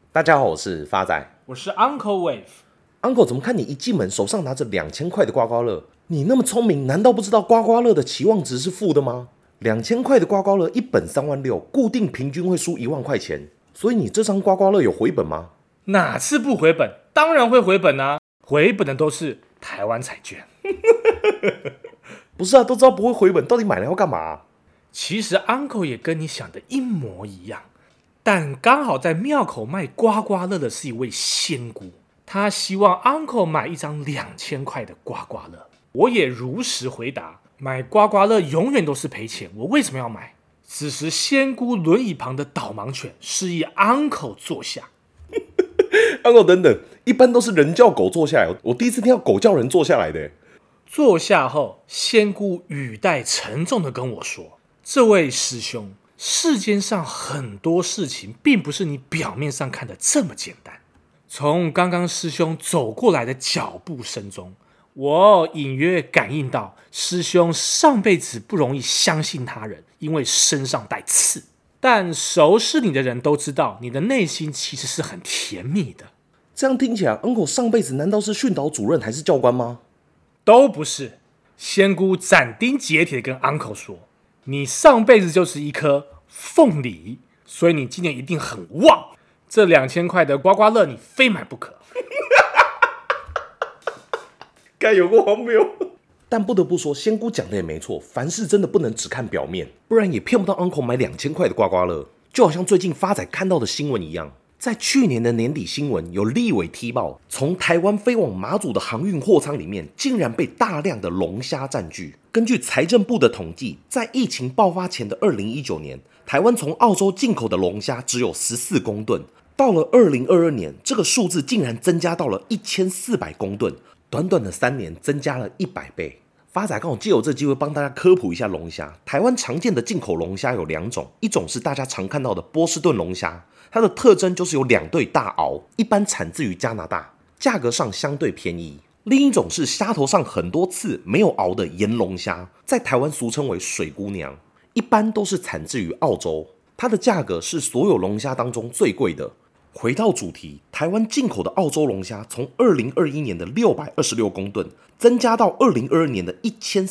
大家好，我是发仔， 我是 Uncle Wave。Uncle 怎么看你一进门手上拿着2000块的刮刮乐？你那么聪明，难道不知道刮刮乐的期望值是负的吗？2000块的刮刮乐一本36000，固定平均会输1万块钱，所以你这张刮刮乐有回本吗？ 哪次不回本？当然会回本啊！回本的都是台湾彩券。 不是啊，都知道不会回本，到底买来要干嘛其实 Uncle 也跟你想的一模一样，但刚好在庙口卖刮刮乐的是一位仙姑，她希望 Uncle 买一张2000块的刮刮乐。我也如实回答，买刮刮乐永远都是赔钱，我为什么要买？此时仙姑轮椅旁的导盲犬示意 Uncle 坐下。 ？Uncle 等等，一般都是人叫狗坐下来，我第一次听到狗叫人坐下来的。 坐下后，仙姑语带沉重地跟我说：“这位师兄，世间上很多事情并不是你表面上看的这么简单。从刚刚师兄走过来的脚步声中，我隐约感应到师兄上辈子不容易相信他人，因为身上带刺。但熟识你的人都知道，你的内心其实是很甜蜜的。” 这样听起来 ，Uncle 上辈子难道是训导主任还是教官吗？ 都不是。仙姑斩钉截铁地跟 Uncle 说：“你上辈子就是一颗凤梨，所以你今年一定很旺。这2000块的刮刮乐你非买不可。” 该有过荒谬。但不得不说，仙姑讲的也没错，凡事真的不能只看表面，不然也骗不到 Uncle 买2000块的刮刮乐。就好像最近发仔看到的新闻一样，在去年的年底新闻，有立委踢爆，从台湾飞往马祖的航运货舱里面，竟然被大量的龙虾占据。根据财政部的统计，在疫情爆发前的2019年，台湾从澳洲进口的龙虾只有14公吨，到了2022年，这个数字竟然增加到了1400公吨，短短的3年增加了100倍。发仔刚好借由这机会帮大家科普一下龙虾。台湾常见的进口龙虾有2种，一种是大家常看到的波士顿龙虾，它的特征就是有2对大螯，一般产自于加拿大，价格上相对便宜。另一种是虾头上很多刺没有螯的盐龙虾，在台湾俗称为水姑娘，一般都是产自于澳洲，它的价格是所有龙虾当中最贵的。回到主题，台湾进口的澳洲龙虾从2021年的626公吨增加到2022年的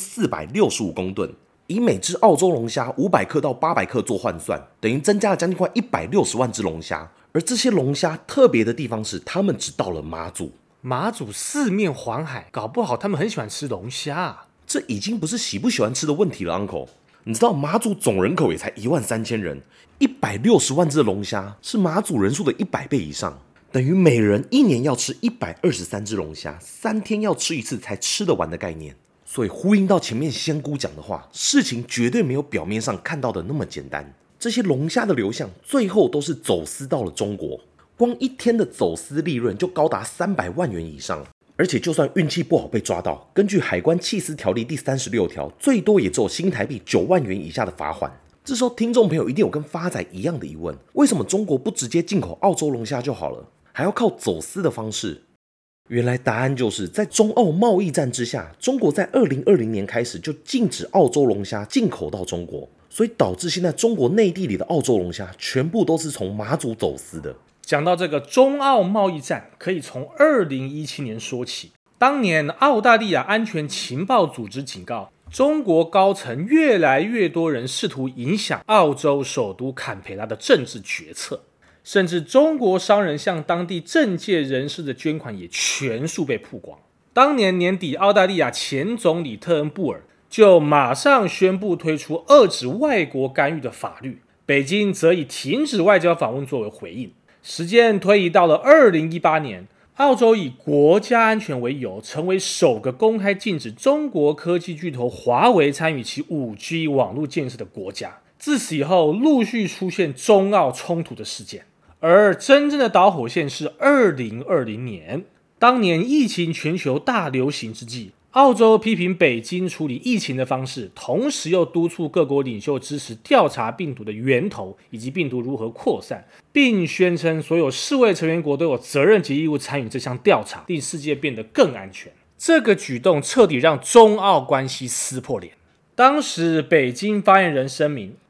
1465公吨，以每只澳洲龙虾500克到800克做换算，等于增加了将近快160万只龙虾。而这些龙虾特别的地方是，他们只到了马祖。 马祖四面环海，搞不好他们很喜欢吃龙虾。 这已经不是喜不喜欢吃的问题了 ，Uncle。你知道马祖总人口也才13000人，160万只的龙虾是马祖人数的100倍以上，等于每人1年要吃123只龙虾，3天要吃一次才吃得完的概念。所以呼应到前面仙姑讲的话，事情绝对没有表面上看到的那么简单。这些龙虾的流向最后都是走私到了中国，光一天的走私利润就高达300万元以上。而且就算运气不好被抓到，根据海关缉私条例第36条，最多也只有新台币9万元以下的罚款。这时候听众朋友一定有跟发仔一样的疑问，为什么中国不直接进口澳洲龙虾就好了，还要靠走私的方式？原来答案就是在中澳贸易战之下，中国在2020年开始就禁止澳洲龙虾进口到中国，所以导致现在中国内地里的澳洲龙虾全部都是从马祖走私的。 讲到这个中澳贸易战，可以从2017年说起。当年澳大利亚安全情报组织警告，中国高层越来越多人试图影响澳洲首都坎培拉的政治决策，甚至中国商人向当地政界人士的捐款也全数被曝光。当年年底，澳大利亚前总理特恩布尔就马上宣布推出遏制外国干预的法律，北京则以停止外交访问作为回应。时间推移到了2018年，澳洲以国家安全为由，成为首个公开禁止中国科技巨头华为参与其 5G 网络建设的国家。自此以后，陆续出现中澳冲突的事件，而真正的导火线是2020年，当年疫情全球大流行之际，澳洲批评北京处理疫情的方式，同时又督促各国领袖支持调查病毒的源头以及病毒如何扩散，并宣称所有世卫成员国都有责任及义务参与这项调查，令世界变得更安全。这个举动彻底让中澳关系撕破脸。当时北京发言人声明，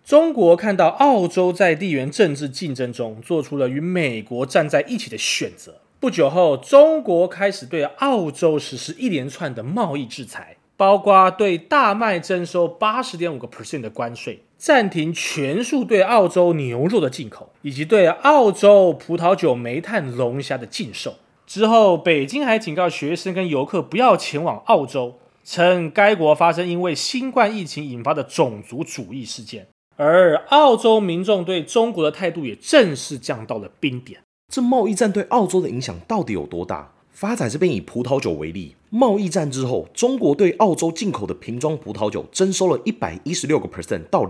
中国看到澳洲在地缘政治竞争中做出了与美国站在一起的选择，不久后，中国开始对澳洲实施一连串的贸易制裁，包括对大麦征收 80.5% 的关税，暂停全数对澳洲牛肉的进口，以及对澳洲葡萄酒、煤炭、龙虾的禁售。之后，北京还警告学生跟游客不要前往澳洲，称该国发生因为新冠疫情引发的种族主义事件，而澳洲民众对中国的态度也正式降到了冰点。 这贸易战对澳洲的影响到底有多大？发仔这边以葡萄酒为例，贸易战之后，中国对澳洲进口的瓶装葡萄酒征收了 116% 到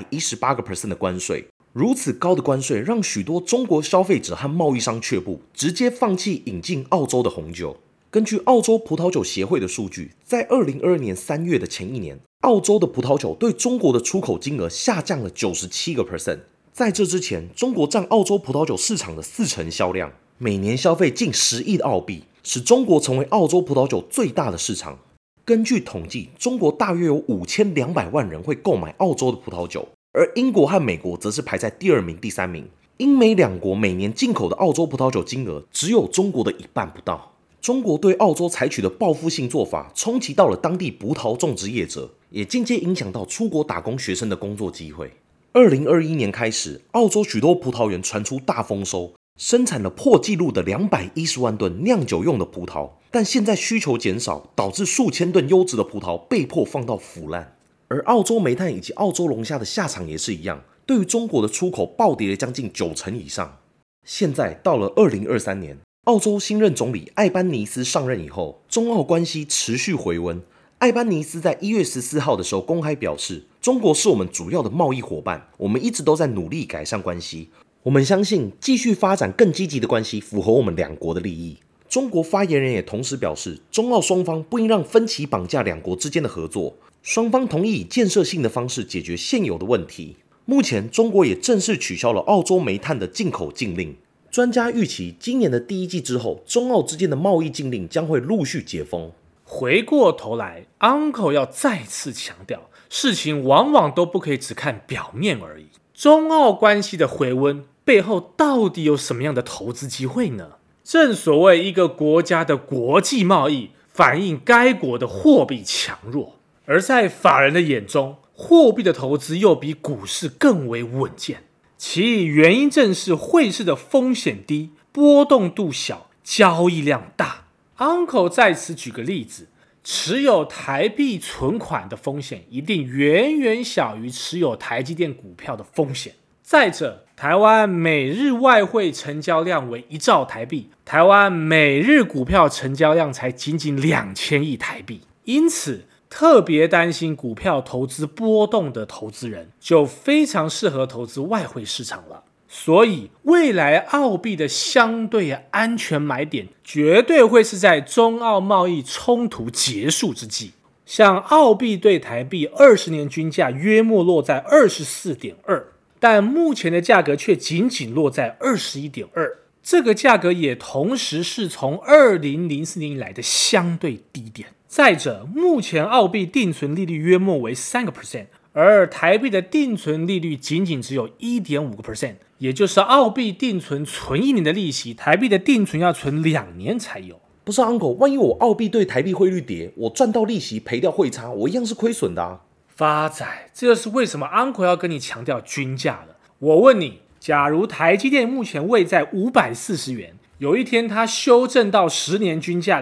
218% 的关税。如此高的关税让许多中国消费者和贸易商却步，直接放弃引进澳洲的红酒。根据澳洲葡萄酒协会的数据，在2022年3月的前一年，澳洲的葡萄酒对中国的出口金额下降了 97%。在这之前，中国占澳洲葡萄酒市场的40%销量，每年消费近10亿的澳币，使中国成为澳洲葡萄酒最大的市场。根据统计，中国大约有5200万人会购买澳洲的葡萄酒，而英国和美国则是排在第2名、第3名。英美两国每年进口的澳洲葡萄酒金额只有中国的一半不到。中国对澳洲采取的报复性做法，冲击到了当地葡萄种植业者，也间接影响到出国打工学生的工作机会。2021年开始，澳洲许多葡萄园传出大丰收，生产了破纪录的210万吨酿酒用的葡萄，但现在需求减少，导致数千吨优质的葡萄被迫放到腐烂。而澳洲煤炭以及澳洲龙虾的下场也是一样，对于中国的出口暴跌了将近90%以上。现在到了2023年，澳洲新任总理艾班尼斯上任以后，中澳关系持续回温。艾班尼斯在1月14号的时候公开表示，中国是我们主要的贸易伙伴，我们一直都在努力改善关系。我们相信继续发展更积极的关系符合我们两国的利益。中国发言人也同时表示，中澳双方不应让分歧绑架两国之间的合作，双方同意以建设性的方式解决现有的问题。目前，中国也正式取消了澳洲煤炭的进口禁令。专家预期，今年的第一季之后，中澳之间的贸易禁令将会陆续解封。 回过头来 ，Uncle 要再次强调，事情往往都不可以只看表面而已。中澳关系的回温背后到底有什么样的投资机会呢？正所谓一个国家的国际贸易反映该国的货币强弱，而在法人的眼中，货币的投资又比股市更为稳健。其原因正是汇市的风险低，波动度小，交易量大。Uncle 在此举个例子，持有台币存款的风险一定远远小于持有台积电股票的风险。再者，台湾每日外汇成交量为1兆台币，台湾每日股票成交量才仅仅2000亿台币，因此特别担心股票投资波动的投资人，就非常适合投资外汇市场了。所以，未来澳币的相对安全买点，绝对会是在中澳贸易冲突结束之际。像澳币对台币20年均价约莫落在 24.2， 但目前的价格却仅仅落在 21.2， 这个价格也同时是从2004年以来的相对低点。再者，目前澳币定存利率约莫为 3%， 而台币的定存利率仅仅只有 1.5%， 也就是澳币定存存1年的利息，台币的定存要存2年才有。 不是 Uncle， 万一我澳币对台币汇率跌，我赚到利息赔掉汇差，我一样是亏损的啊。 发仔，这就是为什么 Uncle 要跟你强调均价了。我问你，假如台积电目前位在540元，有一天它修正到10年均价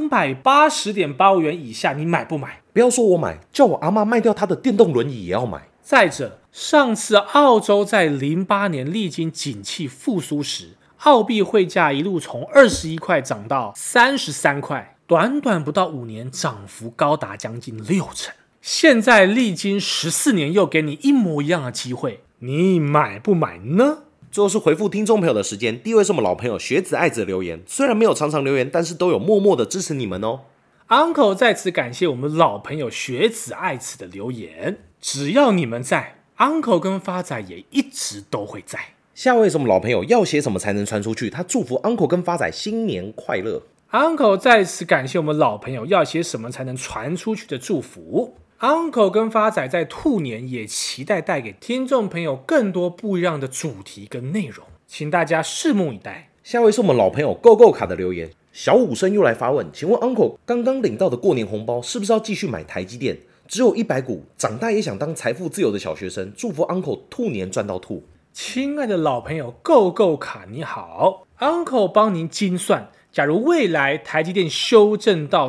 280.85 元以下，你买不买？ 不要说我买，叫我阿嬷卖掉她的电动轮椅也要买。 再者，上次澳洲在08年历经景气复苏时，澳币汇价一路从21块涨到33块，短短不到5年，涨幅高达将近60%。现在历经14年，又给你一模一样的机会，你买不买呢？ 最后是回复听众朋友的时间，第一位是我们老朋友学子爱子的留言，虽然没有常常留言，但是都有默默的支持你们哦。 Uncle 在此感谢我们老朋友学子爱子的留言，只要你们在， Uncle 跟发仔也一直都会在。 下位是我们老朋友要写什么才能传出去，他祝福 Uncle 跟发仔新年快乐。 Uncle 在此感谢我们老朋友要写什么才能传出去的祝福。 Uncle 跟发仔在兔年也期待带给听众朋友更多不一样的主题跟内容，请大家拭目以待。 下位是我们老朋友 GoGo 卡的留言，小武生又来发问，请问 Uncle 刚刚领到的过年红包是不是要继续买台积电？只有100股，长大也想当财富自由的小学生，祝福 Uncle 兔年赚到吐。 亲爱的老朋友 GoGo 卡你好， Uncle 帮您精算，假如未来台积电修正到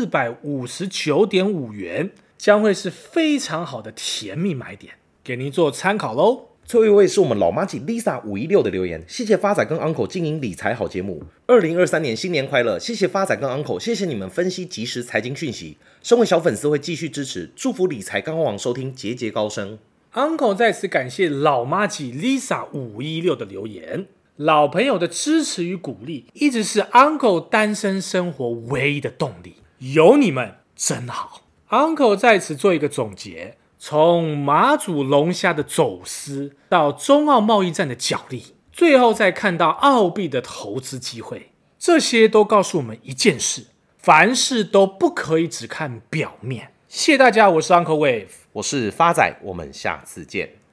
459.5元，将会是非常好的甜蜜买点，给您做参考咯。 最后一位是我们老妈姐 Lisa 516的留言，谢谢发仔跟 Uncle 经营理财好节目，2023年新年快乐！谢谢发仔跟 Uncle， 谢谢你们分析即时财经讯息，身为小粉丝会继续支持，祝福理财干货王收听节节高升。 Uncle 在此感谢老妈姐 Lisa 516的留言，老朋友的支持与鼓励一直是 Uncle 单身生活唯一的动力，有你们真好。Uncle 在此做一个总结，从马祖龙虾的走私到中澳贸易战的角力，最后再看到澳币的投资机会，这些都告诉我们一件事，凡事都不可以只看表面。谢谢大家，我是 Uncle Wave， 我是发仔，我们下次见。